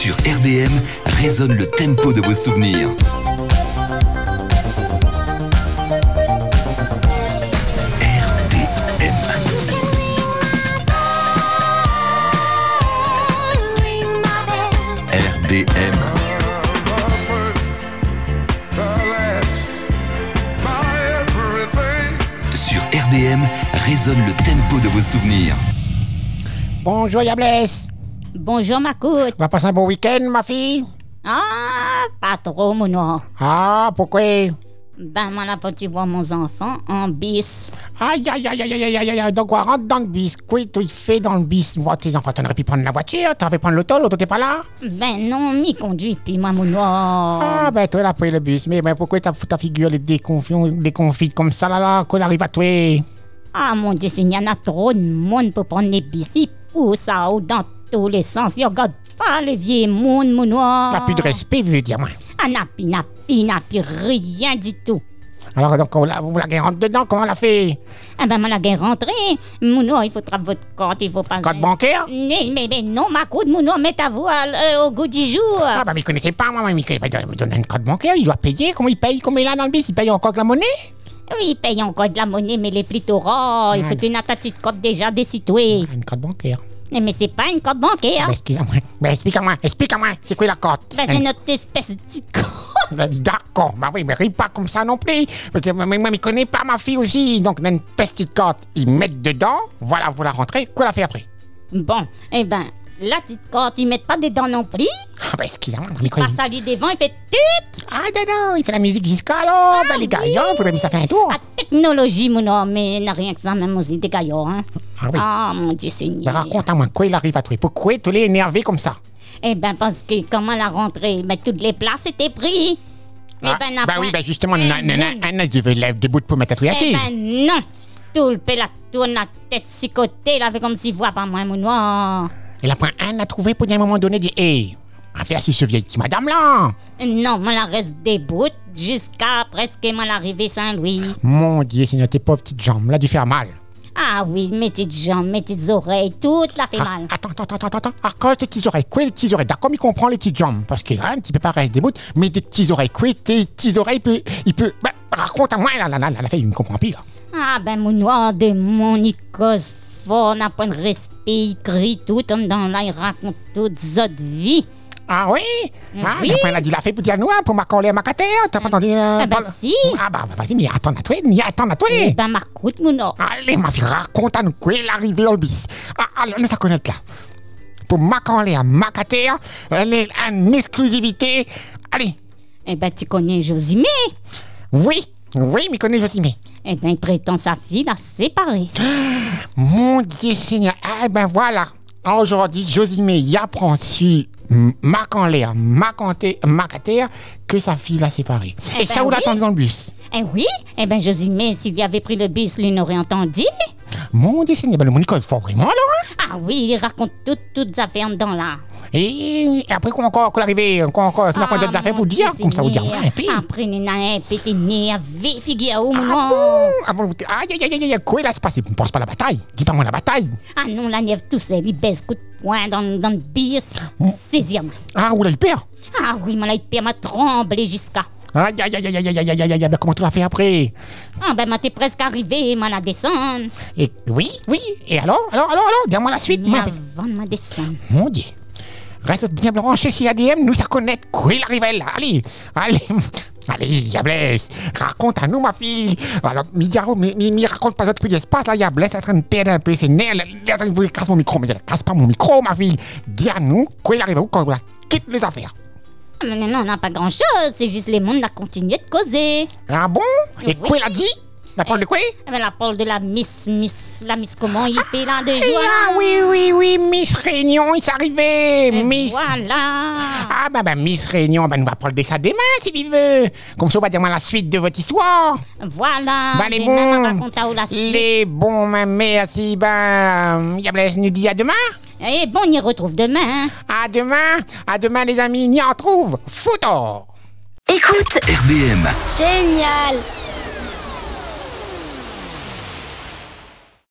Sur RDM, résonne le tempo de vos souvenirs. RDM. Sur RDM, résonne le tempo de vos souvenirs. Bonjour Yablès. Bonjour Macoute. On va passer un bon week-end, ma fille? Ah, pas trop, mon noir. Ah, pourquoi? Ben, moi, là, petit voir mon enfant en bis. Aïe, aïe, aïe, aïe, aïe, aïe, aïe, donc on rentre dans le bis. Quoi, tu fais dans le bis? Vois tes enfants, t'aurais pu prendre la voiture, t'aurais pu prendre l'auto t'es pas là? Ben non, m'y conduit, puis moi, mon noir. Ah, ben toi, là, pris le bus. Mais pourquoi t'as foutu ta figure, les déconfites comme ça, là, qu'on arrive à toi? Ah, mon Dieu, il y en a trop de monde pour prendre les bis. Ils poussent ça ou dans tous les sens. Ils regardent pas les vieux monde, mon noir. T'as plus de respect, veut dire, moi. Ah, n'a rien du tout. Alors, donc, vous la rentre dedans, comment on l'a fait? Ah ben, moi, la guerre rentrée. Mouno, il faudra votre compte, il faut pas... Code bancaire? Mais non, ma coude, Mouno, mettez-vous au goût du jour. Ah, bah, mais il connaissait pas, moi, il me donne un code bancaire, il doit payer. Comment il paye? Comme il est là dans le bis, il paye encore de la monnaie? Oui, il paye encore de la monnaie, mais les plutôt rares. Il faut une petite code déjà décitée. Une code bancaire. Mais c'est pas une code bancaire. Excusez-moi, explique-moi, c'est quoi la code? C'est notre espèce de petite code. D'accord, bah oui, mais ris pas comme ça non plus. Parce que moi, il connaît pas ma fille aussi. Donc, on a une petite code, ils mettent dedans, voilà, vous la rentrez, quoi la fait après? Bon, eh ben, la petite corde, ils mettent pas dedans non plus. Ah, bah excusez-moi, il passe à lui devant, il fait tut. Ah, non, il fait la musique jusqu'à là. Bah, les gaillons, il faudrait que ça fait un tour. La technologie, mon homme, mais n'a rien que ça, même aussi des gaillons, hein. Ah oui. Ah, mon Dieu Seigneur. Mais raconte-moi, quoi il arrive à toi? Pourquoi tu l'es énervé comme ça? Eh ben, parce que comment la rentrée, mais toutes les places étaient prises. Ah, eh ben, bah oui, bah justement, on a lève des bouts de pour mettre à toi assise. Eh ben, non. Tout le pays la tourne la tête si côté, là, fait comme s'il voit pas moi, mon noir. Et la point 1 a trouvé pour à un moment donné dire hé, on fait assis ce vieille petite madame là. Non, moi la reste debout jusqu'à presque moi l'arrivée Saint-Louis. Mon Dieu, c'est tes pauvres petites jambes, là, du faire mal. Ah oui, mes petites jambes, mes petites oreilles, tout la fait mal. Attends. À cause des petites oreilles, quoi les petites oreilles? D'accord, mais il comprend les petites jambes. Parce que un petit peu pareil debout, mais des petites oreilles, quoi tes petites oreilles, il peut. Bah, raconte à moi, là, la fille, il ne comprend plus là. Ah ben mon noir de mon icose fort, n'a pas de respect, il crie tout dans là, il raconte toute sa vie. Ah oui? Ah, oui. Après, elle a dit la fille pour dire nous, pour m'accoler à ma catère. T'as pas entendu? Ah ben si. Ah bah vas-y, mais attends à toi, Eh ben m'écoute, mon noir. Allez, ma fille, raconte à nous quoi est arrivé dans le bis. Ah, laisse ça connaître là. Pour m'accoler à ma catère, elle est en exclusivité. Allez. Eh ben tu connais Josimé? Oui, mais connais Josimé. Eh ben il prétend sa fille la séparer. Mon Dieu Seigneur, eh ben voilà. Aujourd'hui, Josimé y apprend sur Macanlé, Macataire, que sa fille l'a séparée. Eh et ben ça, vous oui. l'attendez dans le bus? Eh oui, eh ben Josimé, s'il avait pris le bus, lui n'aurait entendu. Mon Dieu Seigneur, ben le Monique, il faut vraiment alors, hein? Ah oui, il raconte toutes les affaires dans là. Et après, qu'on arrive, c'est la point d'autres affaires pour dire, comme ça, vous dire, ouais, puis. Après, il y a un petit nez avec figure où Ah bon, aïe, quoi là, c'est passé? Ne pense pas à la bataille. Dis pas moi la bataille. Ah non, la nièvre tout seul, il baisse coup de poing dans le bis, sixième. Ah, ou là, il perd. Ah oui, mais là, il perd m'a tremblé jusqu'à. Aïe, ben comment tu l'as fait après? Ah ben, moi, t'es presque arrivé, moi, la descendre. Et oui, et alors, dis-moi la suite. Mais avant de ma descendre. Mon Dieu. Reste bien branché sur ADM, nous ça connaît quoi il arrivait là. Allez, Yablès, raconte à nous, ma fille. Alors, mi raconte pas d'autres plus d'espace, là, Yablès est en train de perdre un peu ses nerfs. Elle voulait casser mon micro, mais elle casse pas mon micro, ma fille. Dis à nous quoi il arrive quand on quitte les affaires. Ah, mais non, on n'a pas grand-chose, c'est juste les mondes a continué de causer. Ah bon? Et oui. Quoi il a dit? La parole de quoi? La parole de la Miss comment il fait là de joie. Ah oui, Miss Réunion, il s'est arrivé. Miss. Voilà. Ah bah Miss Réunion, nous va parler de ça demain si tu veux. Comme ça, on va dire la suite de votre histoire. Voilà. Bah les bons. Les bons, merci. Yablès nous dit à demain. Et bon, on y retrouve demain. Hein. À demain les amis, on y retrouve. Foutor. Écoute RDM. Génial.